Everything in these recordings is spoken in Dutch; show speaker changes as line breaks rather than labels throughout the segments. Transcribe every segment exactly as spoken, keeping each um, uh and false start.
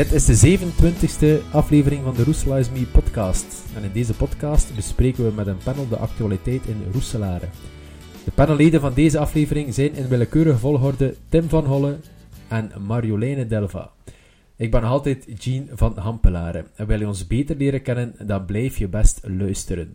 Dit is de zevenentwintigste aflevering van de Roeselaar is Me podcast. En in deze podcast bespreken we met een panel de actualiteit in Roeselare. De panelleden van deze aflevering zijn in willekeurige volgorde Tim van Holle en Marjoleine Delva. Ik ben nog altijd Jean van Hampelare. En wil je ons beter leren kennen, dan blijf je best luisteren.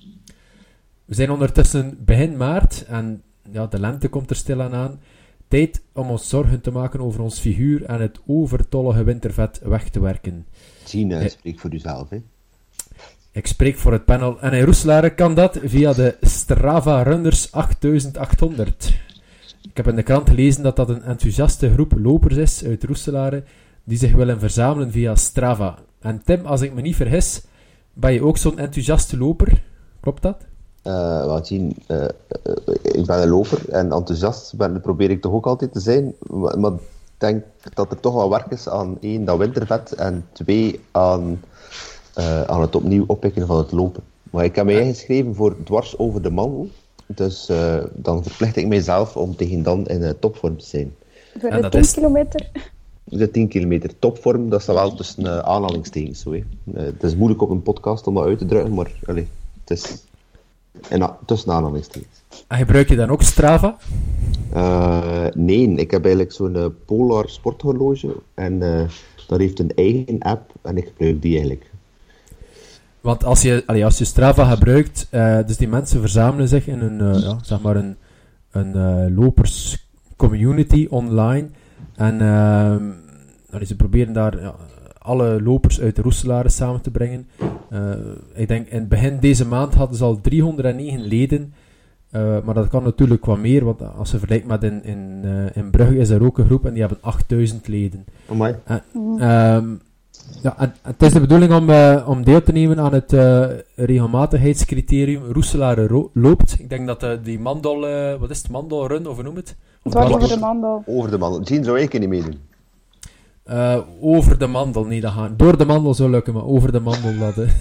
We zijn ondertussen begin maart en ja, de lente komt er stilaan aan. Tijd om ons zorgen te maken over ons figuur en het overtollige wintervet weg te werken.
Jean, uh, spreek voor uzelf, hè?
Ik spreek voor het panel en in Roeselare kan dat via de Strava Runners achttausendachthonderd. Ik heb in de krant gelezen dat dat een enthousiaste groep lopers is uit Roeselare die zich willen verzamelen via Strava. En Tim, als ik me niet vergis, ben je ook zo'n enthousiaste loper? Klopt dat?
Uh, wat Jean, uh, uh, ik ben een loper en enthousiast ben, probeer ik toch ook altijd te zijn, maar, maar ik denk dat er toch wel werk is aan één, dat wintervet, en twee, aan, uh, aan het opnieuw oppikken van het lopen. Maar ik heb mij ingeschreven voor dwars over de mandel, dus uh, dan verplicht ik mijzelf om tegen dan in uh, topvorm te zijn.
Voor de tien kilometer?
De tien kilometer topvorm, dat staat wel tussen uh, aanhalingstekens. Zo, uh, het is moeilijk op een podcast om dat uit te drukken, maar allez, het is... En uh, tussen aanhalingstekens.
En gebruik je dan ook Strava?
Uh, nee, ik heb eigenlijk zo'n uh, Polar sporthorloge en uh, dat heeft een eigen app en ik gebruik die eigenlijk.
Want als je, allee, als je Strava gebruikt, uh, dus die mensen verzamelen zich in een, uh, ja, zeg maar een, een uh, lopers community online en uh, allee, ze proberen daar ja, alle lopers uit de Roeselare samen te brengen. Uh, ik denk in het begin deze maand hadden ze al driehonderdnegen leden, uh, maar dat kan natuurlijk wat meer, want als je vergelijkt met in, in, uh, in Brugge is er ook een groep en die hebben achtduizend leden.
Amai.
En, um, ja, en, het is de bedoeling om, uh, om deel te nemen aan het uh, regelmatigheidscriterium Roeselare ro- loopt. Ik denk dat uh, die mandel, uh, wat is het, mandelrun, of hoe noem het?
Het was over de mandel.
Over de mandel. Jean, zou ik er niet meedoen?
Uh, over de mandel, nee, dat gaat. Door de mandel zou lukken, maar over de mandel, dat, uh,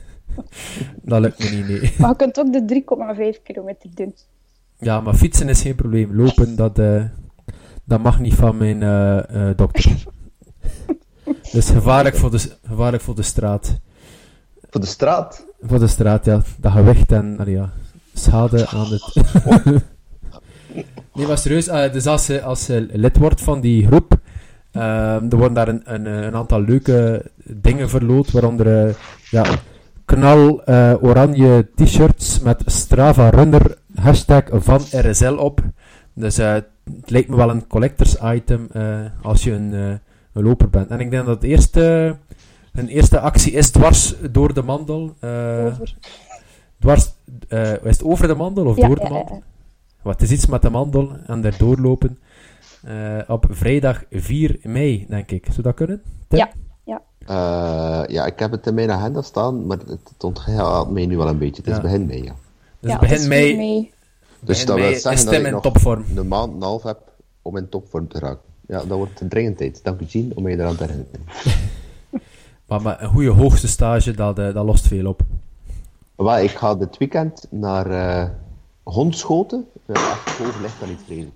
dat lukt me niet, nee.
Maar je kunt ook de drie komma vijf kilometer doen.
Ja, maar fietsen is geen probleem. Lopen, dat, uh, dat mag niet van mijn uh, uh, dokter. Dus gevaarlijk voor, de, gevaarlijk voor de straat.
Voor de straat?
Voor de straat, ja. Dat gewicht en allee, ja, schade aan het... Nee, maar serieus, uh, dus als je, als je lid wordt van die groep, uh, er worden daar een, een, een aantal leuke dingen verloot, waaronder uh, ja, knal uh, oranje t-shirts met Strava Runner, hashtag van R S L op. Dus uh, het lijkt me wel een collectors item uh, als je een, uh, een loper bent. En ik denk dat het eerste, een eerste actie is dwars door de mandel. Uh,
over.
Dwars, uh, is het over de mandel of
Ja,
door de
ja,
mandel?
ja.
Wat is iets met de mandel en daar doorlopen. Uh, op vrijdag vier mei, denk ik. Zou dat kunnen? Tim?
Ja. Ja.
Uh, ja, ik heb het in mijn agenda staan, maar het, het ontgaat mij nu wel een beetje. Het is
Ja.
begin mei, ja.
Dus
ja,
begin
het is
mei,
vier mei.
Dus
begin
dat
mei
wil
is
zeggen dat
Tim
ik
in
nog
topvorm.
een maand en een half heb om in topvorm te raken. Ja, dat wordt een dringend tijd. Dank u, Jean, om mij eraan te herinneren.
Maar met een goede hoogste stage, dat, uh, dat lost veel op.
Maar ik ga dit weekend naar uh, Hondschoten. Ja, echt overleg kan niet vreselijk.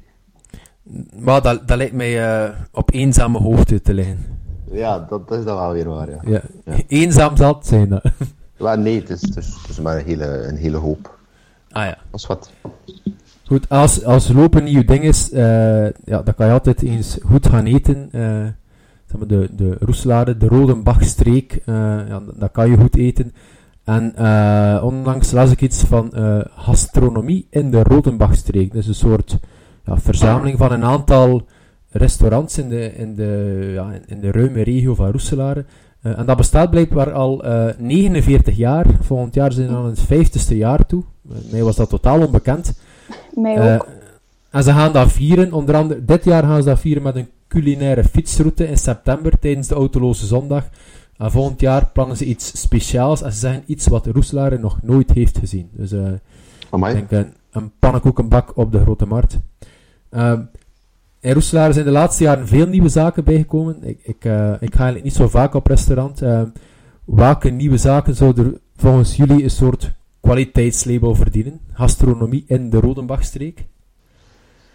Maar dat, dat lijkt mij uh, op eenzame hoogte te liggen.
Ja, dat, dat is dan wel weer waar, ja.
Ja.
Ja.
Eenzaam zal het zijn, dat.
Maar nee, het is, het, is, het is maar een hele, een hele hoop.
Ah ja.
Dat is wat.
Goed, als, als lopen een nieuw ding is, uh, ja, dan kan je altijd eens goed gaan eten. Uh, zeg maar de, de Roeselare, de Rodenbachstreek, uh, ja, dat kan je goed eten. En uh, onlangs las ik iets van uh, gastronomie in de Rodenbachstreek. Dus een soort ja, verzameling van een aantal restaurants in de, in de, ja, in de ruime regio van Roeselare. Uh, en dat bestaat blijkbaar al uh, negenenveertig jaar. Volgend jaar zijn we aan het vijftigste jaar toe. Uh, mij was dat totaal onbekend.
Mij ook.
Uh, en ze gaan dat vieren, onder andere, dit jaar gaan ze dat vieren met een culinaire fietsroute in september tijdens de Autoloze Zondag. En volgend jaar plannen ze iets speciaals en ze zeggen iets wat Roeselare nog nooit heeft gezien. Dus uh, ik denk een, een pannenkoekenbak op de Grote Markt. Uh, in Roeselare zijn de laatste jaren veel nieuwe zaken bijgekomen. Ik, ik, uh, ik ga eigenlijk niet zo vaak op restaurant. Uh, welke nieuwe zaken zouden volgens jullie een soort kwaliteitslabel verdienen? Gastronomie in de Rodenbachstreek?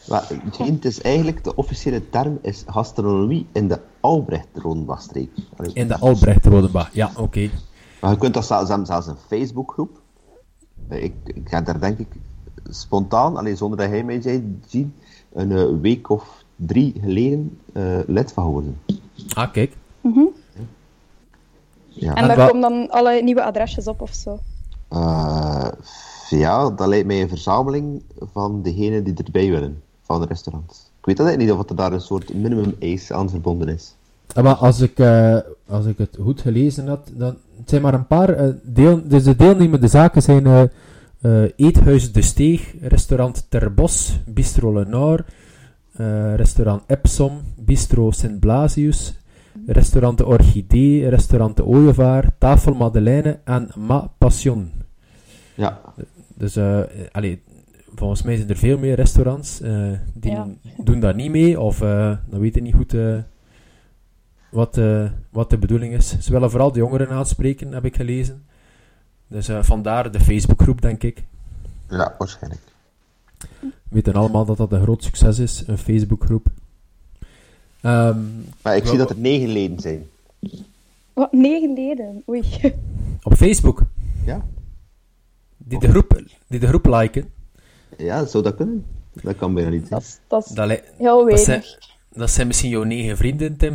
Maar Jean, het is eigenlijk, de officiële term is gastronomie in de Albrecht-Rodenbachstreek. Allee.
In de Albrecht-Rodenbach, ja, oké. Okay.
Maar je kunt dat zelfs, ze hebben zelfs een Facebookgroep. Ik, ik ga daar denk ik spontaan, alleen zonder dat hij mij zei, Jean, een uh, week of drie geleden uh, lid van geworden.
Ah, kijk.
Mm-hmm.
Ja.
En daar wa- komen dan alle nieuwe adresjes op of zo?
Uh, ja, dat lijkt mij een verzameling van degenen die erbij willen, van de restaurants. Ik weet dat eigenlijk niet of er daar een soort minimum-eis aan verbonden is.
Maar als ik, uh, als ik het goed gelezen had, dan het zijn maar een paar uh, deel, dus de deelnemende zaken zijn uh, uh, Eethuis De Steeg, restaurant Ter Bos, Bistro Le Nord, uh, restaurant Epsom, Bistro Sint Blasius, restaurant De Orchidee, restaurant De Ooievaar, Tafel Madeleine en Ma Passion.
Ja.
Dus, uh, allee, volgens mij zijn er veel meer restaurants uh, die
Ja.
doen daar niet mee, of uh, dan weet ik niet goed uh, wat, uh, wat de bedoeling is. Ze willen vooral de jongeren aanspreken, heb ik gelezen. Dus uh, vandaar de Facebookgroep, denk ik.
Ja, waarschijnlijk.
We weten allemaal dat dat een groot succes is, een Facebookgroep. Um,
maar ik
wel,
zie dat er negen leden zijn.
Wat, negen leden? Oei.
Op Facebook?
Ja.
Die de groep, die de groep liken?
Ja, zou dat kunnen? Dat kan bijna niet.
Dat is, dat is
dat li-
heel
dat
weinig.
zijn, dat zijn misschien jouw negen vrienden, Tim?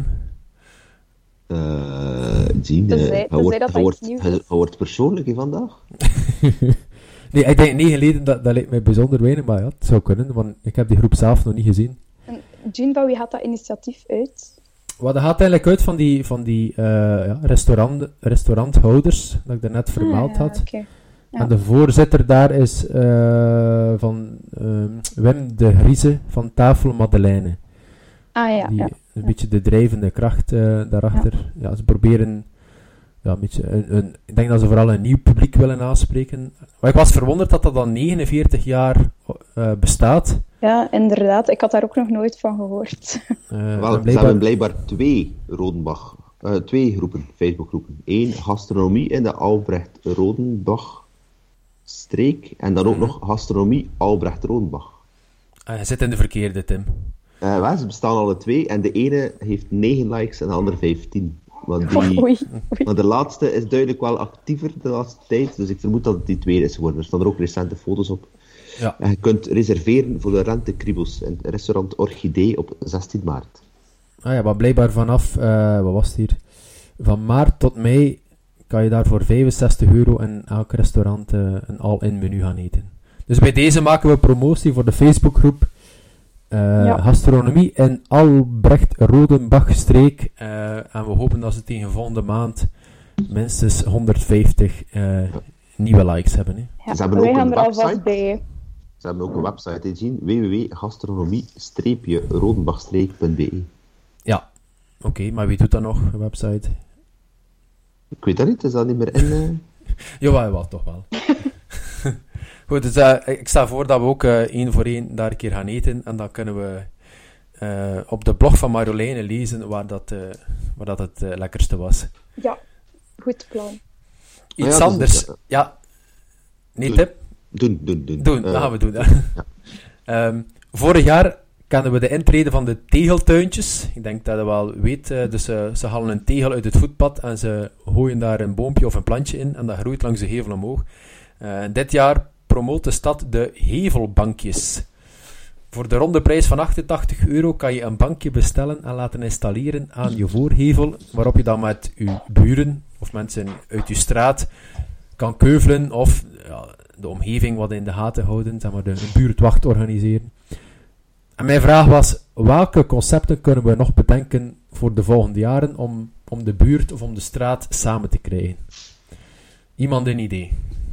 Uh, Jean,
Dus
uh,
zij-
je
dus
wordt,
zij dat
je
dat
wordt,
iets nieuws
je-
is.
je wordt persoonlijk hier vandaag.
Nee, ik denk negen leden, dat, dat lijkt mij bijzonder weinig, maar ja, het zou kunnen, want ik heb die groep zelf nog niet gezien.
En Jean, van wie gaat dat initiatief uit?
Wat dat gaat eigenlijk uit van die, van die uh, ja, restaurant, restauranthouders, dat ik daarnet vermeld
Ah, ja,
had.
oké. Ja.
En de voorzitter daar is uh, van uh, Wim de Grieze van Tafel Madeleine.
Ah ja,
Die,
ja.
een
ja.
beetje de drijvende kracht uh, daarachter. Ja. Ja, ze proberen... Ja, een beetje een, een, ik denk dat ze vooral een nieuw publiek willen aanspreken. Maar ik was verwonderd dat dat al negenenveertig jaar uh, bestaat.
Ja, inderdaad. Ik had daar ook nog nooit van gehoord.
Uh,
Wel,
blijkbaar...
ze hebben blijkbaar twee Rodenbach, uh, twee groepen, Facebookgroepen. Eén gastronomie in de Albrecht-Rodenbach-streek en dan ook
Mm-hmm.
nog gastronomie Albrecht-Rodenbach.
Uh, je zit in de verkeerde, Tim.
Uh, wel, ze bestaan alle twee en de ene heeft negen likes en de andere vijftien. Maar, die,
Oei, oei.
maar de laatste is duidelijk wel actiever de laatste tijd, dus ik vermoed dat het die tweede is geworden. Er staan er ook recente foto's op.
Ja.
En je kunt reserveren voor de rentekriebels in het restaurant Orchidee op zestien maart.
Ah ja, maar blijkbaar vanaf, uh, wat was het hier? Van maart tot mei kan je daar voor vijfenzestig euro in elk restaurant uh, een all-in menu gaan eten. Dus bij deze maken we promotie voor de Facebookgroep uh,
Ja.
Gastronomie in Albrecht-Rodenbach-streek. Uh, en we hopen dat ze tegen volgende maand minstens honderdvijftig uh, nieuwe likes hebben. Hè.
Ja,
Ze hebben
wij
ook
gaan
een
er alvast
website.
bij.
Ze hebben ook een website gezien, w w w punt gastronomie rodenbachstreek punt b e.
Ja, oké, okay, maar wie doet dat nog, een website?
Ik weet dat niet, is dat niet meer in... Uh...
Jawel, jawel, toch wel. Goed, dus uh, ik stel voor dat we ook uh, één voor één daar een keer gaan eten. En dan kunnen we uh, op de blog van Marjoleine lezen waar dat, uh, waar dat het uh, lekkerste was.
Ja, goed plan.
Iets
ja,
anders.
Dus, uh,
ja. Nee,
doen.
Tip?
Doen, doen, doen.
Doen,
uh,
dat gaan we doen.
Ja.
um, vorig jaar kennen we de intrede van de tegeltuintjes. Ik denk dat je wel weet. Uh, dus uh, ze halen een tegel uit het voetpad en ze gooien daar een boompje of een plantje in. En dat groeit langs de hevel omhoog. Uh, dit jaar promoot de stad de hevelbankjes. Voor de ronde prijs van achtentachtig euro kan je een bankje bestellen en laten installeren aan je voorhevel, waarop je dan met je buren of mensen uit je straat kan keuvelen of ja, de omgeving wat in de gaten houden, zeg maar de, de buurtwacht organiseren. En mijn vraag was, welke concepten kunnen we nog bedenken voor de volgende jaren om, om de buurt of om de straat samen te krijgen? Iemand een idee?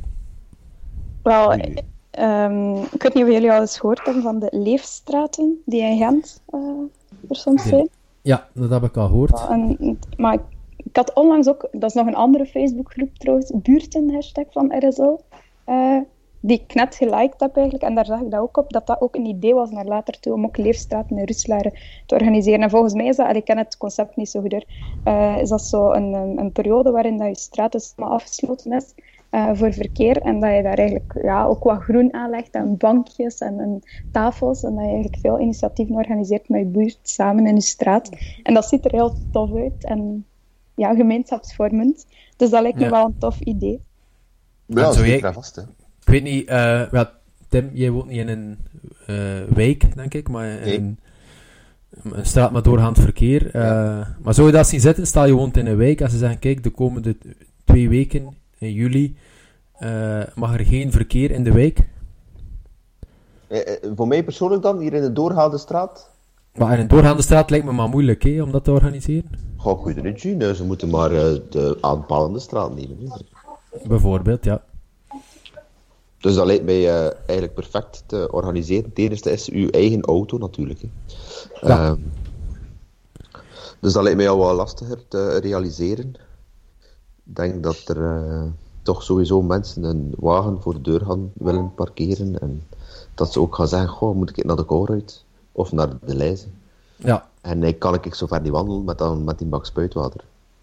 Wel, um, ik weet niet of jullie al eens gehoord hebben van de leefstraten die in Gent uh, er soms zijn.
Ja, dat heb ik al gehoord.
Ja, en, maar ik, ik had onlangs ook, dat is nog een andere Facebookgroep trouwens, buurten hashtag van R S L, uh, die ik net geliked heb eigenlijk. En daar zag ik dat ook op, dat dat ook een idee was naar later toe om ook leefstraten in Roeselare te organiseren. En volgens mij is dat, en ik ken het concept niet zo goed, uh, is dat zo een, een, een periode waarin dat je straat dus maar afgesloten is. uh, voor verkeer. En dat je daar eigenlijk ja, ook wat groen aanlegt en bankjes en, en tafels. En dat je eigenlijk veel initiatieven organiseert met je buurt samen in je straat. En dat ziet er heel tof uit en ja, gemeenschapsvormend. Dus dat lijkt me
Ja.
wel een tof idee.
Ja,
En
dat
zo
is
jij-
zeker vast, hè.
Ik weet niet, eh, ja, Tim, jij woont niet in een eh, wijk, denk ik, maar in
Nee.
een, een straat met doorgaand verkeer. Eh,
Ja.
Maar zou je dat zien zitten? Stel je woont in een wijk en ze zeggen, kijk, de komende t- twee weken in juli eh, mag er geen verkeer in de wijk.
Eh, eh, Voor mij persoonlijk dan, hier in de doorgaande straat,
Maar in een doorgaande straat lijkt me maar moeilijk, hè, om dat te organiseren.
ga ik er niet zien. hè. Ze moeten maar eh, de aanpalende straat nemen. hè.
Bijvoorbeeld, ja.
Dus dat lijkt mij eh, eigenlijk perfect te organiseren. Het eerste is uw eigen auto natuurlijk. Hè.
Ja.
Ehm, dus dat lijkt mij al wel lastiger te realiseren. Ik denk dat er eh, toch sowieso mensen een wagen voor de deur gaan willen parkeren. En dat ze ook gaan zeggen, goh, moet ik naar de kou uit? Of naar de lijzen.
Ja,
En dan kan ik zo ver niet wandelen met, dan, met die bak spuitwater.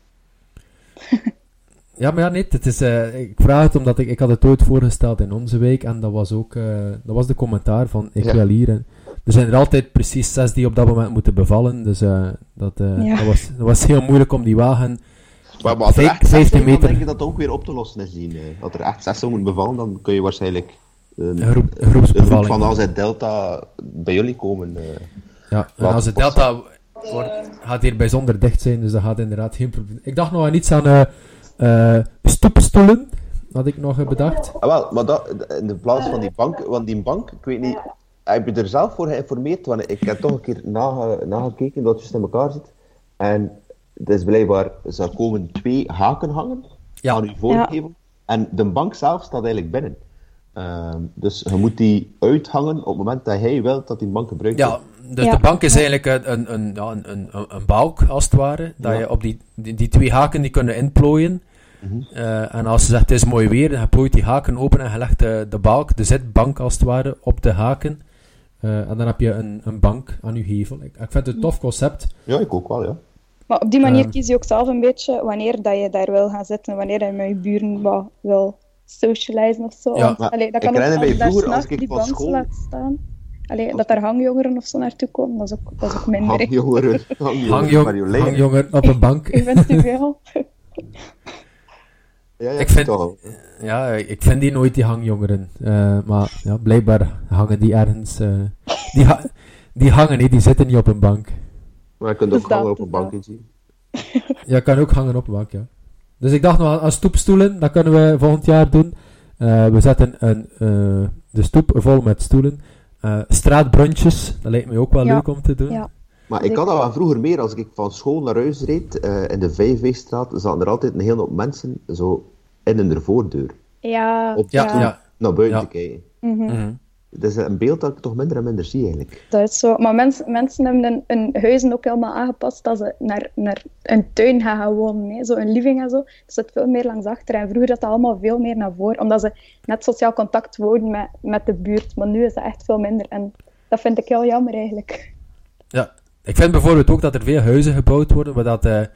ja, maar ja, nee, het is, eh, ik vraag het omdat ik, ik had het ooit voorgesteld in onze week en dat was ook, eh, dat was de commentaar van, ik
Ja.
wil hier. En er zijn er altijd precies zes die op dat moment moeten bevallen, dus eh, dat, eh,
Ja.
dat, was, dat was heel moeilijk om die wagen...
Maar, maar als er
Vijf-
echt zes
vijftien
zijn, dan
meter.
denk ik dat dat ook weer op te lossen is. Die, eh, als er echt zes zou moeten bevallen, dan kun je waarschijnlijk een,
Een groep- een
een
groepsbevalling.
groep van A Z Delta bij jullie komen. eh.
Ja, en
Laat
als het
het
Delta wordt, gaat hier bijzonder dicht zijn, dus dat gaat inderdaad geen probleem. Ik dacht nog aan iets aan eh eh, stoepstoelen, had ik nog eh, bedacht.
Ah, wel, maar dat, in de plaats van die bank, want die bank, ik weet niet, heb je er zelf voor geïnformeerd? Want ik heb toch een keer nage, nagekeken dat het juist in elkaar zit. En het is blijkbaar, er komen twee haken hangen
Ja.
aan uw voorgevel. En de bank zelf staat eigenlijk binnen. Ehm, dus je moet die uithangen op het moment dat hij wil dat die bank gebruikt
Ja,
wordt.
dus
Ja.
de bank is eigenlijk een, een, een, ja, een, een, een balk, als het ware. Dat
Ja.
je op die, die, die twee haken die kunnen inplooien.
Mhm.
Eh, en als je zegt, het is mooi weer, dan je plooit die haken open en je legt de, de balk, de zitbank als het ware, op de haken. Eh, en dan heb je een, een bank aan je gevel. Ik, ik vind het een tof concept.
Ja, ik ook wel, ja.
Maar op die manier
Ehm.
kies je ook zelf een beetje wanneer dat je daar wil gaan zitten, wanneer je met je buren wat wil socializen of zo.
Ja,
Want,
maar
allee, dat
ik
kan ook
herinner
als
mij
je daar
vroeger, als
s'nachts
ik
die
van
bank
school-
laat staan. Allee, dat daar hangjongeren of zo naartoe komen, dat is ook, dat is ook minder. hè.
Hangjongeren. Hangjongeren.
Hangjong,
Marjolein.
hangjonger op een bank.
Ik vind het te veel.
Ja, ja,
Ik vind-
toch.
Ja, ik vind die nooit, die hangjongeren. Eh, maar ja, blijkbaar hangen die ergens... eh, die, ha- die hangen niet, die zitten niet op een bank.
Maar je kunt
Dus
ook hangen
dat,
op een
dus
bankje zien.
Ja, kan ook hangen op een bank, ja. Dus ik dacht nog aan, aan stoepstoelen, dat kunnen we volgend jaar doen. Eh, we zetten een, eh, de stoep vol met stoelen. Eh, straatbrunches, dat lijkt me ook wel
Ja.
leuk om te doen.
Ja.
Maar ik had dat wel vroeger meer. Als ik van school naar huis reed, eh, in de Vijfweestraat, zaten er altijd een hele hoop mensen zo in hun voordeur.
Ja,
Op
Ja,
ja.
ja.
naar buiten
Ja.
te kijken.
Mhm.
Mhm.
Dat is een beeld dat ik toch minder en minder zie, eigenlijk.
Dat is zo. Maar mens, mensen hebben hun, hun huizen ook helemaal aangepast dat ze naar, naar een tuin gaan gaan wonen. Hè. Zo een living en zo. Dat zit veel meer langs achter. En vroeger dat allemaal veel meer naar voren. Omdat ze net sociaal contact wouden met, met de buurt. Maar nu is dat echt veel minder. En dat vind ik heel jammer eigenlijk.
Ja, ik vind bijvoorbeeld ook dat er veel huizen gebouwd worden, waar dat de,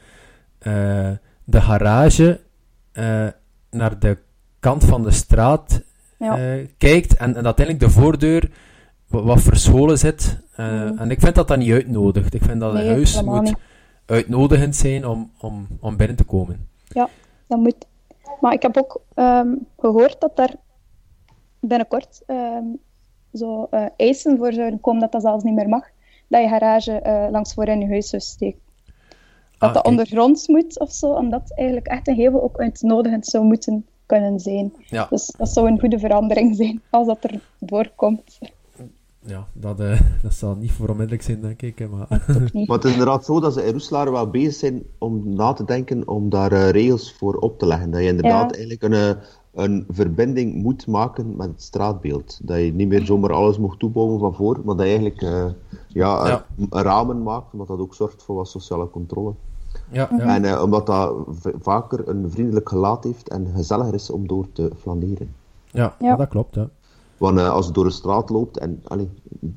eh, de garage eh, naar de kant van de straat
Ja.
eh, kijkt en, en uiteindelijk de voordeur wat, wat verscholen zit. Eh,
Mhm.
En ik vind dat dat niet uitnodigt. Ik vind dat een
Nee,
huis
helemaal
moet
niet.
uitnodigend zijn om, om, om binnen te komen.
Dat moet. Maar ik heb ook ehm, gehoord dat daar binnenkort ehm, zo eh, eisen voor zouden komen dat dat zelfs niet meer mag. Dat je garage eh, langs voor in je huis zou steken. Dat
Ah,
dat
kijk.
ondergronds moet of zo, omdat eigenlijk echt een gevel ook uitnodigend zou moeten kunnen zijn.
Ja,
Dus dat zou een goede verandering zijn als dat er doorkomt.
ja dat, eh, dat zal niet voor onmiddellijk zijn, denk ik. hè, Maar...
Toch niet.
Maar het is inderdaad zo dat ze in Roeselaar wel bezig zijn om na te denken om daar eh, regels voor op te leggen. Dat je inderdaad
Ja.
eigenlijk een, eh, een verbinding moet maken met het straatbeeld. Dat je niet meer zomaar alles mag toebouwen van voor, maar dat je eigenlijk eh, ja,
Ja.
een- een ramen maakt, omdat dat ook zorgt voor wat sociale controle.
Ja, ja.
En eh, omdat dat v- vaker een vriendelijk gelaat heeft en gezelliger is om door te flaneren.
Ja,
Ja.
ja, dat klopt. Ja.
Want eh, als je door de straat loopt en allee,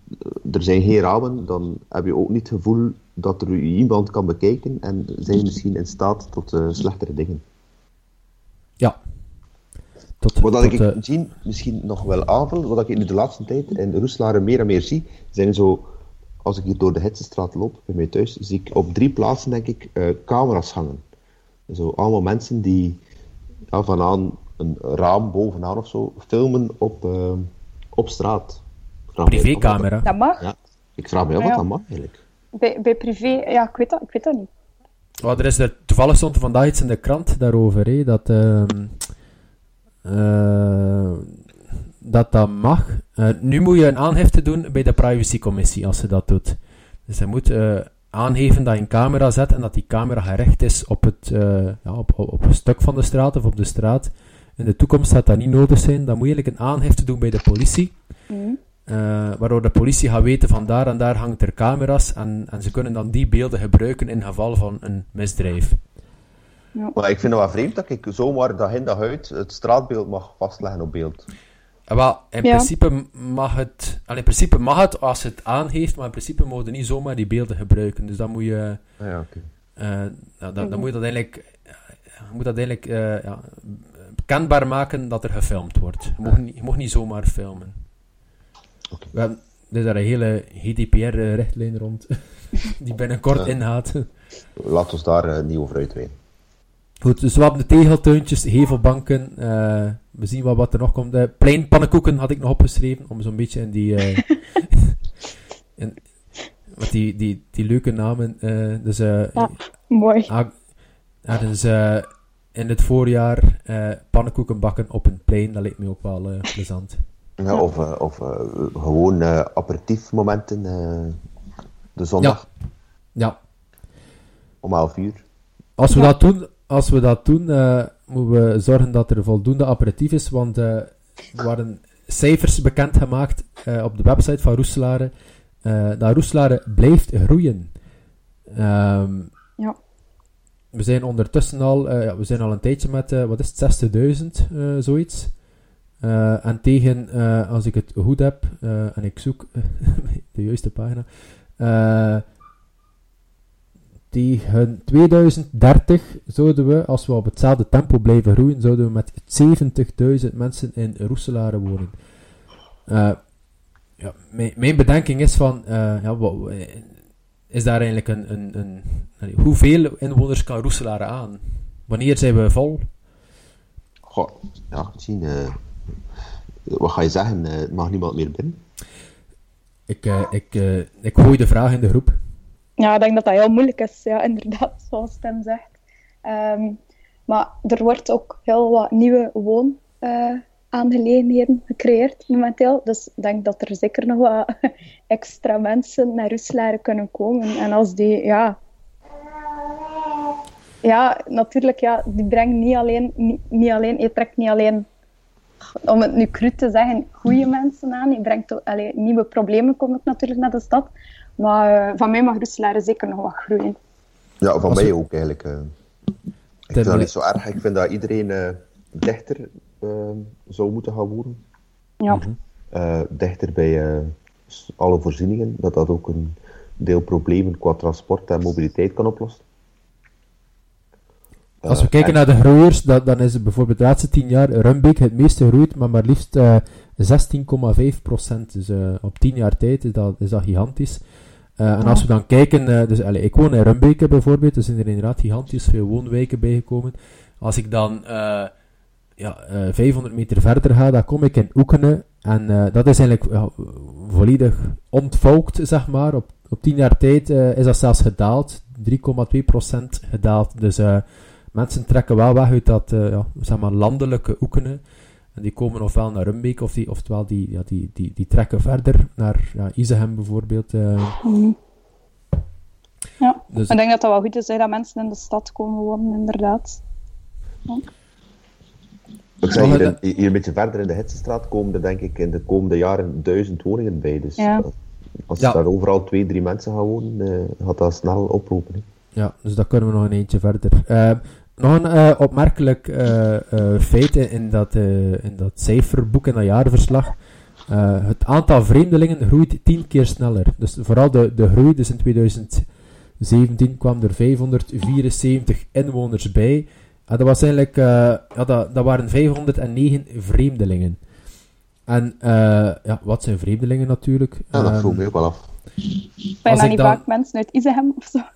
er zijn geen ramen, dan heb je ook niet het gevoel dat er u iemand kan bekijken en zijn misschien in staat tot eh, slechtere dingen.
Ja. tot,
Wat dat
tot,
ik
uh,
zie, misschien nog wel aanvul, wat ik in de laatste tijd in Roeselare meer en meer zie, zijn zo, als ik hier door de Hitsestraat loop, bij mij thuis, zie ik op drie plaatsen, denk ik, uh, camera's hangen. Zo allemaal mensen die ja, vanaan een raam bovenaan of zo filmen op, uh, op straat.
Privécamera.
Dat mag.
Ja, ik vraag me af
Ah,
wat
ja.
dat mag eigenlijk.
Bij, bij privé, ja, ik weet dat, ik weet dat niet.
Oh, er is er, toevallig stond er vandaag iets in de krant daarover, hè, dat, uh, uh, dat dat mag. Uh, nu moet je een aangifte doen bij de privacycommissie als je dat doet. Dus je moet uh, aangeven dat je een camera zet en dat die camera gericht is op, het, uh, ja, op, op, op een stuk van de straat of op de straat. In de toekomst gaat dat niet nodig zijn. Dan moet je eigenlijk een aangifte doen bij de politie.
Mm.
Uh, waardoor de politie gaat weten van daar en daar hangt er camera's en, en ze kunnen dan die beelden gebruiken in geval van een misdrijf.
Ja.
Maar ik vind het wel vreemd dat ik zomaar dag in dag uit het straatbeeld mag vastleggen op beeld.
Uh, wel, in,
Ja.
principe mag het, al in principe mag het als het aangeeft, maar in principe mogen je niet zomaar die beelden gebruiken. Dus dan moet je,
Ah, ja, oké.
uh, nou, dan, dan moet je dat eigenlijk, uh, je moet dat eigenlijk uh, ja, kenbaar maken dat er gefilmd wordt. Je mag niet, je mag niet zomaar filmen.
Okay.
We hebben, er is daar een hele G D P R-richtlijn rond, die binnenkort
Ja.
ingaat.
Laten we daar uh, niet over uitweiden.
Goed, dus we hebben de tegeltuintjes, hevelbanken, uh, we zien wel wat er nog komt. Uh, pleinpannenkoeken had ik nog opgeschreven, om zo'n beetje in die, uh, in, wat die, die, die leuke namen, uh, dus uh,
Ja, mooi.
ah, ergens uh, in het voorjaar uh, pannenkoeken bakken op een plein, dat lijkt me ook wel uh, plezant.
Ja, of uh, of uh, gewoon uh, aperitiefmomenten, uh, de zondag,
Ja,
om elf uur.
als we
Ja.
dat doen, als we dat doen uh, moeten we zorgen dat er voldoende aperitief is, want uh, er waren cijfers bekendgemaakt uh, op de website van Roeselare, uh, dat Roeselare blijft groeien. Um,
Ja.
We zijn ondertussen al, uh, ja, we zijn al een tijdje met, uh, wat is het, zestigduizend, uh, zoiets. Uh, en tegen, uh, als ik het goed heb, uh, en ik zoek de juiste pagina, uh, tegen tweeduizend dertig zouden we, als we op hetzelfde tempo blijven groeien, zouden we met zeventigduizend mensen in Roeselare wonen. Uh, ja, mijn, mijn bedenking is van, uh, ja, wat, is daar eigenlijk een, een, een, een... Hoeveel inwoners kan Roeselare aan? Wanneer zijn we vol?
Goh, ja, zien. Uh, wat ga je zeggen? Uh, het mag niemand meer binnen.
Ik, uh, ik, uh, ik gooi de vraag in de groep.
Ja, ik denk dat dat heel moeilijk is, ja, inderdaad, zoals Tim zegt. Um, maar er wordt ook heel wat nieuwe woonaangelegenheden uh, gecreëerd momenteel. Dus ik denk dat er zeker nog wat extra mensen naar Roeselare kunnen komen. En als die, ja... Ja, natuurlijk, ja, die brengt niet alleen... Niet, niet alleen je trekt niet alleen... Om het nu cru te zeggen, goede mensen aan. Je brengt ook, allee, nieuwe problemen komen ook natuurlijk naar de stad. Maar uh, van mij mag Roeselare zeker nog wat groeien.
Ja, van
Als
mij
we...
ook eigenlijk. Uh. Ik
Ten
vind dat
me...
niet zo erg. Ik vind dat iedereen uh, dichter uh, zou moeten gaan wonen.
Ja.
Mm-hmm.
Uh, dichter bij uh, alle voorzieningen. Dat dat ook een deel problemen qua transport en mobiliteit kan oplossen. Uh,
Als we kijken en... naar de groeiers, dat, dan is het bijvoorbeeld de laatste tien jaar Rumbeek het meest gegroeid, maar maar liefst uh, zestien komma vijf procent. Dus uh, op tien jaar tijd is dat, is dat gigantisch. Uh, en als we dan kijken, uh, dus, allez, ik woon in Rumbeke bijvoorbeeld, dus zijn er inderdaad gigantisch veel woonwijken bijgekomen. Als ik dan uh, ja, uh, vijfhonderd meter verder ga, dan kom ik in Oekene. En uh, dat is eigenlijk uh, volledig ontvolkt, zeg maar. Op, op tien jaar tijd uh, is dat zelfs gedaald, drie komma twee procent gedaald. Dus uh, mensen trekken wel weg uit dat uh, ja, zeg maar landelijke Oekene. En die komen ofwel naar Rumbeek, of die, oftewel die, ja, die, die, die trekken verder naar ja, Izehem bijvoorbeeld. Uh.
Mm. Ja,
dus...
ik denk dat dat wel goed is, hè, dat mensen in de stad komen wonen, inderdaad. Ja.
Ik zeg, hier, in, hier een beetje verder in de Hitsestraat komen er denk ik in de komende jaren duizend woningen bij. Dus
ja.
als
ja.
daar overal twee, drie mensen gaan wonen, uh, gaat dat snel oplopen. Hè.
Ja, dus dat kunnen we nog een eentje verder. Uh, nog een uh, opmerkelijk uh, uh, feit in dat, uh, in dat cijferboek, in dat jaarverslag. Uh, het aantal vreemdelingen groeit tien keer sneller. Dus vooral de, de groei, dus in tweeduizend zeventien kwam er vijfhonderdvierenzeventig inwoners bij. dat was eigenlijk, uh, ja, dat, dat waren vijfhonderdnegen vreemdelingen. En, uh, ja, wat zijn vreemdelingen natuurlijk?
Ja, dat
um,
vroeg me ook wel af.
Zijn dat niet
dan...
vaak mensen uit Izehem of zo?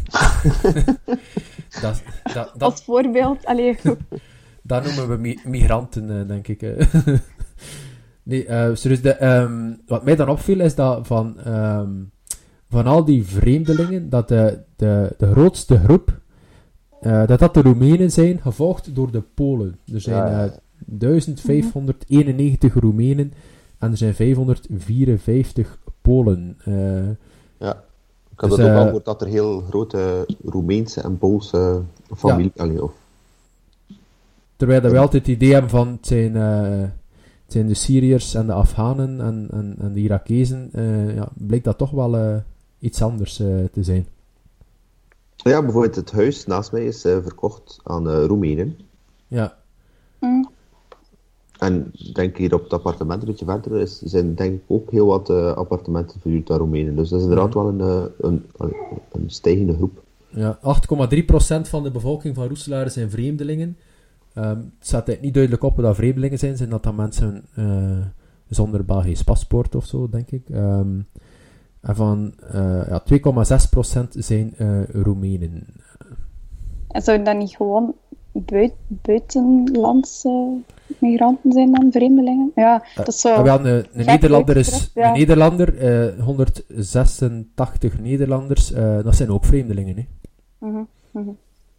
dat, dat, dat...
Als voorbeeld, allee, goed.
Dat noemen we mi- migranten, uh, denk ik. Uh. nee, uh, serieus, de, um, wat mij dan opviel is dat van, um, van al die vreemdelingen, dat de, de, de grootste groep, uh, dat dat de Roemenen zijn, gevolgd door de Polen. Er zijn uh, duizend vijfhonderdeenennegentig Roemenen en er zijn vijfhonderdvierenvijftig Polen. Uh,
ja, ik heb
dus,
dat ook
uh,
al gehoord dat er heel grote Roemeense en Poolse familie... Ja. Allee, of...
Terwijl dat we altijd het idee hebben van het zijn, uh, het zijn de Syriërs en de Afghanen en, en, en de Irakezen, uh, ja, blijkt dat toch wel uh, iets anders uh, te zijn.
Ja, bijvoorbeeld het huis naast mij is uh, verkocht aan uh, Roemenen.
Ja.
Mm.
En denk hier op het appartement een beetje verder is, zijn denk ik ook heel wat uh, appartementen verhuurd aan Roemenen. Dus dat is inderdaad wel een, uh, een, een, een stijgende groep.
Ja, acht komma drie procent van de bevolking van Roeselare zijn vreemdelingen. Um, het staat eigenlijk niet duidelijk op wat dat vreemdelingen zijn. Zijn dat dan mensen uh, zonder Belgisch paspoort of zo, denk ik. Um, en van uh, ja, twee komma zes procent zijn uh, Roemenen.
En zou dat niet gewoon buit, buitenlandse migranten zijn dan, vreemdelingen? Ja, dat is zo...
Uh, wel, een, een Nederlander is...
Ja.
Eh,
Een Nederlander, uh, honderdzesentachtig Nederlanders, uh, dat zijn ook vreemdelingen, hè.
Mm-hmm. Mm-hmm.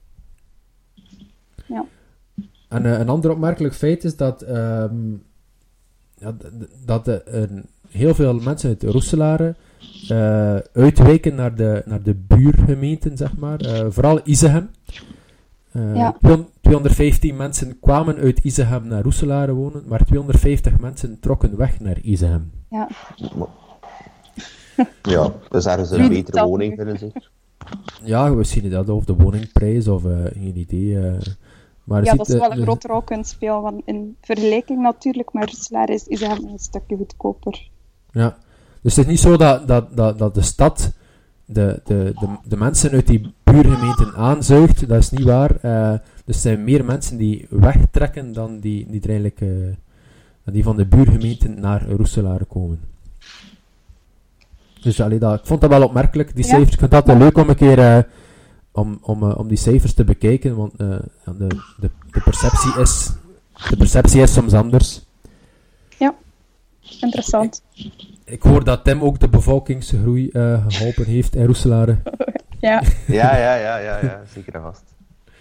Ja.
En uh, een ander opmerkelijk feit is dat, um, ja, d- dat uh, er heel veel mensen uit Roeselare uh, uitwijken naar de, naar de buurgemeenten, zeg maar. Uh, vooral Izehem. Uh,
Ja.
tweehonderdvijftien mensen kwamen uit Izehem naar Roeselare wonen, maar tweehonderdvijftig mensen trokken weg naar Izehem.
Ja.
Ja, dus ergens een betere woning vinden ze.
Ja, misschien dat of de woningprijs of uh, geen idee. Uh, maar
Ja,
ziet,
dat is
uh,
wel een
dus-
grote rol kunnen spelen, want in vergelijking natuurlijk met Roeselare is Izehem een stukje goedkoper.
Ja, dus het is niet zo dat, dat, dat, dat de stad de, de, de, de mensen uit die buurgemeenten aanzuigt. Dat is niet waar. Uh, dus er zijn meer mensen die wegtrekken dan die, die, er eigenlijk, uh, die van de buurgemeenten naar Roeselare komen. Dus allee, dat, ik vond dat wel opmerkelijk, die
Ja.
cijfers. Ik vind dat wel leuk om een keer uh, om, om, uh, om die cijfers te bekijken, want uh, ja, de, de, de, perceptie is, de perceptie is soms anders.
Interessant.
Ik hoor dat Tim ook de bevolkingsgroei uh, geholpen heeft in Roeselare.
Ja.
Ja, ja, ja, ja, ja, zeker en vast.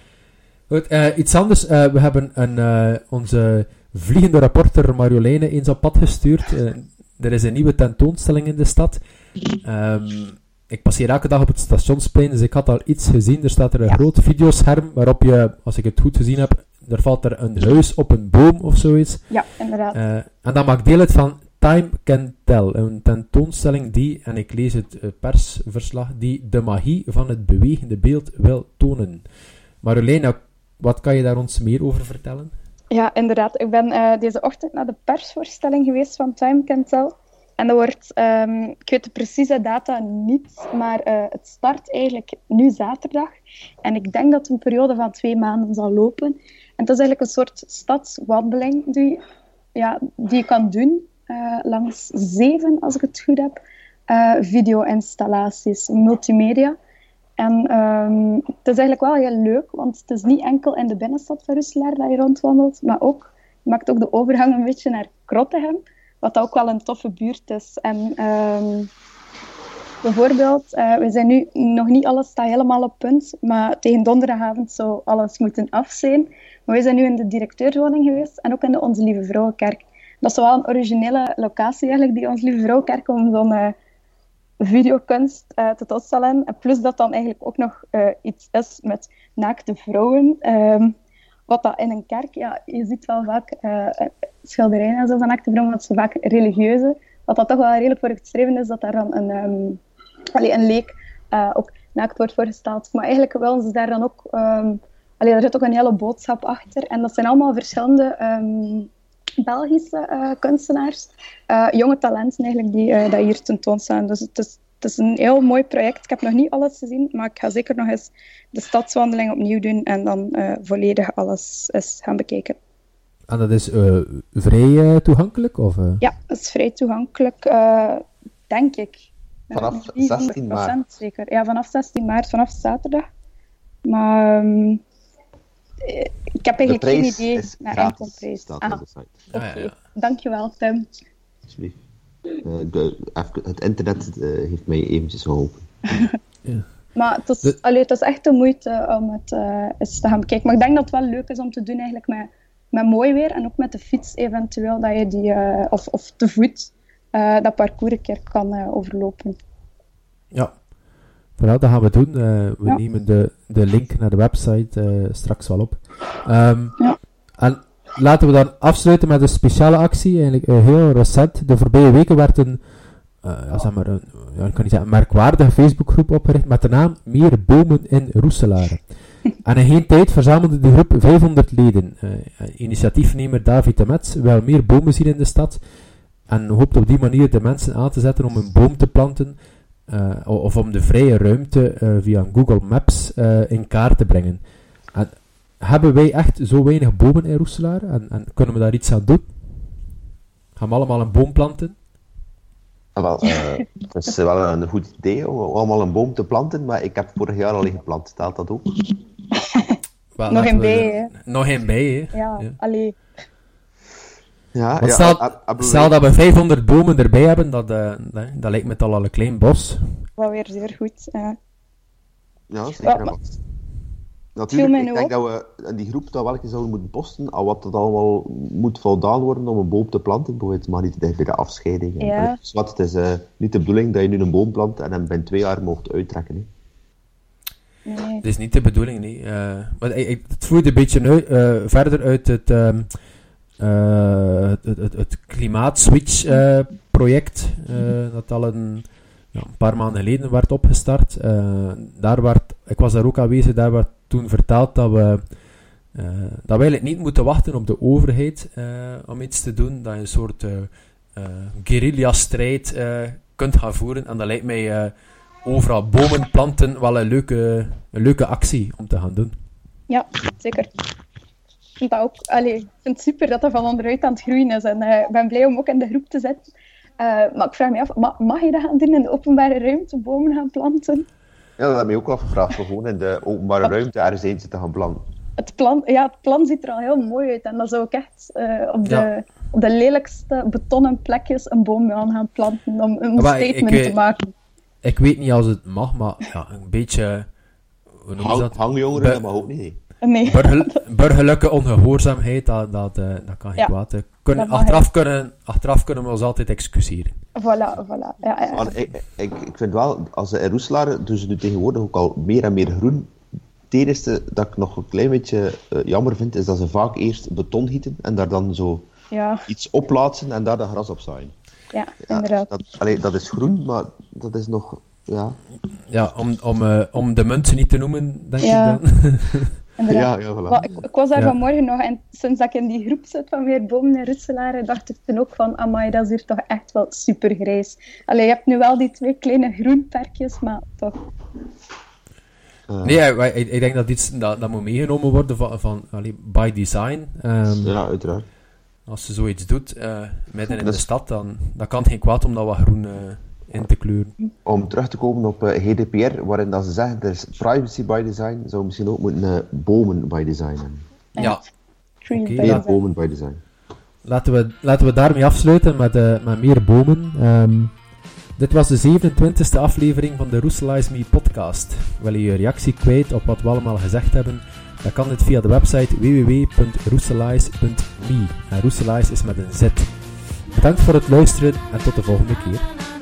Goed, uh, iets anders. Uh, we hebben een, uh, onze vliegende rapporter Marjoleine eens op pad gestuurd. Uh, er is een nieuwe tentoonstelling in de stad. Um, ik passeer elke dag op het stationsplein, dus ik had al iets gezien. Er staat er een
Ja.
groot videoscherm waarop je, als ik het goed gezien heb, er valt er een huis op een boom of zoiets.
Ja, inderdaad.
Uh, en dat maakt deel uit van Time Can Tell, een tentoonstelling die, en ik lees het uh, persverslag, die de magie van het bewegende beeld wil tonen. Marjoleine, wat kan je daar ons meer over vertellen?
Ja, inderdaad. Ik ben uh, deze ochtend naar de persvoorstelling geweest van Time Can Tell. En dat wordt, um, ik weet de precieze data niet, maar uh, het start eigenlijk nu zaterdag. En ik denk dat het een periode van twee maanden zal lopen. En het is eigenlijk een soort stadswandeling die, ja, die je kan doen uh, langs zeven, als ik het goed heb, uh, video-installaties, multimedia. En um, het is eigenlijk wel heel leuk, want het is niet enkel in de binnenstad van Roeselare dat je rondwandelt, maar ook, je maakt ook de overgang een beetje naar Krottegem, wat ook wel een toffe buurt is. En um, bijvoorbeeld, uh, we zijn nu nog niet, alles staat helemaal op punt, maar tegen donderdagavond zou alles moeten af zijn. Maar we zijn nu in de directeurswoning geweest en ook in de Onze Lieve Vrouwenkerk. Dat is wel een originele locatie eigenlijk, die Onze Lieve Vrouwenkerk, om zo'n uh, videokunst uh, te toestellen. En plus dat dan eigenlijk ook nog uh, iets is met naakte vrouwen. Um, wat dat in een kerk, ja, je ziet wel vaak uh, schilderijen en zo van naakte vrouwen, want ze vaak religieuze. Wat dat toch wel redelijk vooruitstrevend is, dat daar dan een, um, allee, een leek uh, ook naakt wordt voorgesteld. Maar eigenlijk willen ze daar dan ook... Um, allee, er zit ook een hele boodschap achter. En dat zijn allemaal verschillende um, Belgische uh, kunstenaars. Uh, jonge talenten eigenlijk, die uh, dat hier tentoonstaan. Dus het is het is een heel mooi project. Ik heb nog niet alles gezien, maar ik ga zeker nog eens de stadswandeling opnieuw doen en dan uh, volledig alles eens gaan bekijken.
En dat is uh, vrij uh, toegankelijk? Of, uh?
Ja, dat is vrij toegankelijk, uh, denk ik.
Vanaf zestien maart.
Zeker. Ja, vanaf zestien maart, vanaf zaterdag. Maar um, ik heb eigenlijk geen idee
is
naar
gratis,
enkel prijs.
staat
Ah,
op de site.
Oké,
Ah, ja, ja.
Dankjewel Tim.
Alsjeblieft. Uh, de, even, het internet uh, heeft mij eventjes geholpen.
Ja.
Maar het is,
De...
allee, het is echt de moeite om het uh, eens te gaan bekijken. Maar ik denk dat het wel leuk is om te doen eigenlijk met, met mooi weer en ook met de fiets eventueel, dat je die, uh, of, of te voet, uh, dat parcours een keer kan uh, overlopen.
Ja, voilà, dat gaan we doen. Uh, we
ja.
nemen de, de link naar de website uh, straks wel op. Um,
ja.
En laten we dan afsluiten met een speciale actie, eigenlijk uh, heel recent. De voorbije weken werd een, uh, ja, zeg maar een, ja, ik kan niet zeggen, een merkwaardige Facebookgroep opgericht met de naam Meer Bomen in Roeselare. En in geen tijd verzamelde de groep vijfhonderd leden. Uh, initiatiefnemer David de Metz wil meer bomen zien in de stad en hoopt op die manier de mensen aan te zetten om een boom te planten uh, of om de vrije ruimte uh, via Google Maps uh, in kaart te brengen. En hebben wij echt zo weinig bomen in Roeselare en, en kunnen we daar iets aan doen? Gaan we allemaal een boom planten?
Ah, wel, uh, het is wel een goed idee om allemaal een boom te planten, maar ik heb vorig jaar al een geplant. Staat dat ook?
Wel,
nog een
we,
bij, hè?
Nog een bij, hè?
Ja,
ja.
allee.
Ja,
Want
ja,
stel,
a, a,
stel dat we vijfhonderd bomen erbij hebben, dat, uh, dat, dat lijkt me toch al een klein bos.
Wel weer zeer goed. Ja,
ja zeker.
Ja,
en
maar...
wat. Natuurlijk, ik
nu
denk
op.
dat we in die groep dat welke zouden moeten posten, al wat het allemaal moet voldaan worden om een boom te planten. Bijvoorbeeld, maar niet bij de afscheiding.
Ja.
Dus wat, het is uh, niet de bedoeling dat je nu een boom plant en hem binnen twee jaar mocht uittrekken. Hè.
Nee.
Dat is niet de bedoeling, nee. Uh, maar ik, ik, het vloeit een beetje uit, uh, verder uit het, um, uh, het, het, het, het klimaatswitch-project, uh, uh, dat al een, ja, een paar maanden geleden werd opgestart. Uh, daar werd, ik was daar ook aanwezig, daar werd toen verteld dat we, uh, dat we eigenlijk niet moeten wachten op de overheid uh, om iets te doen, dat je een soort uh, uh, guerrilla-strijd uh, kunt gaan voeren. En dat lijkt mij... Uh, overal bomen planten wel een leuke, een leuke actie om te gaan doen.
Ja, zeker. Ik vind dat ook, allee, ik vind het super dat dat van onderuit aan het groeien is. En uh, ik ben blij om ook in de groep te zitten. Uh, maar ik vraag me af, ma- mag je dat gaan doen in de openbare ruimte, bomen gaan planten?
Ja, dat heb ik me ook al gevraagd, gewoon in de openbare ruimte ergens eentje te gaan planten.
Het plan, ja, het plan ziet er al heel mooi uit. En dan zou ik echt uh, op, de,
Ja.
op de lelijkste betonnen plekjes een boom gaan, gaan planten om een
Maar
statement
ik-
te maken.
Ik weet niet als het mag, maar ja, een beetje... Hoe noemen ze
Hang,
dat?
hangjongeren,
Be-
dat mag ook niet. Hè.
Nee.
Burger, burgerlijke ongehoorzaamheid, dat, dat, uh, dat kan geen
Ja,
kwaad. Uh, kunnen,
dat mag
achteraf, kunnen, achteraf kunnen we ons altijd excuseren.
Voilà, voilà. Ja, ja.
Maar ik, ik, ik vind wel, als ze in Roeselare doen ze nu tegenwoordig ook al meer en meer groen. Het enige dat ik nog een klein beetje uh, jammer vind, is dat ze vaak eerst beton gieten en daar dan zo
Ja,
iets opplaatsen en daar de gras op zaaien.
ja,
Ja,
inderdaad.
dat, allee, dat is groen, maar dat is nog... Ja,
Ja, om, om, uh, om de munt niet te noemen, denk
Ja.
ik dan.
inderdaad.
ja, ja voilà.
Maar ik, ik was daar
Ja.
vanmorgen nog en sinds dat ik in die groep zit van Meer Bomen in Roeselare, dacht ik toen ook van, amai, dat is hier toch echt wel super grijs. Allee, je hebt nu wel die twee kleine groenperkjes, maar toch.
Uh,
Nee, ja, ik, ik denk dat iets dat, dat moet meegenomen worden van, van allee, by design. Um,
ja, uiteraard.
Als ze zoiets doet, uh, midden in
Dat
de
is-
stad, dan, dan kan het geen kwaad om dat wat groen uh, in te kleuren.
Om terug te komen op uh, G D P R, waarin dat ze zeggen, er is privacy by design, zou misschien ook moeten uh, bomen by design hebben.
Ja,
Tree
Oké,
by
ja.
Meer
design.
bomen by design.
laten we, laten we daarmee afsluiten met, uh, met meer bomen. Um, dit was de zevenentwintigste aflevering van de Roeselize Me podcast. Wil je je reactie kwijt op wat we allemaal gezegd hebben? Dan kan dit via de website w w w punt roeselize punt me. En Roeselize is met een Z. Bedankt voor het luisteren en tot de volgende keer.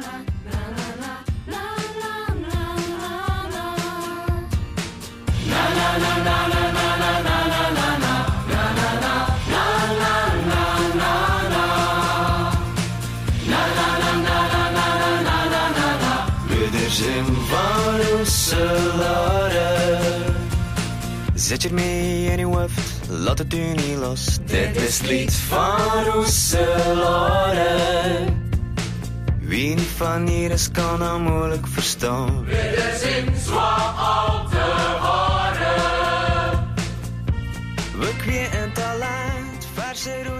Zin van Roeselare. Zet je ermee in je hoofd, laat het u niet los. Dit is het lied van Roeselare. Wie niet van hier is kan nou moeilijk verstaan.
Wederzien zwaar al te horen.
We kwee en talent, verse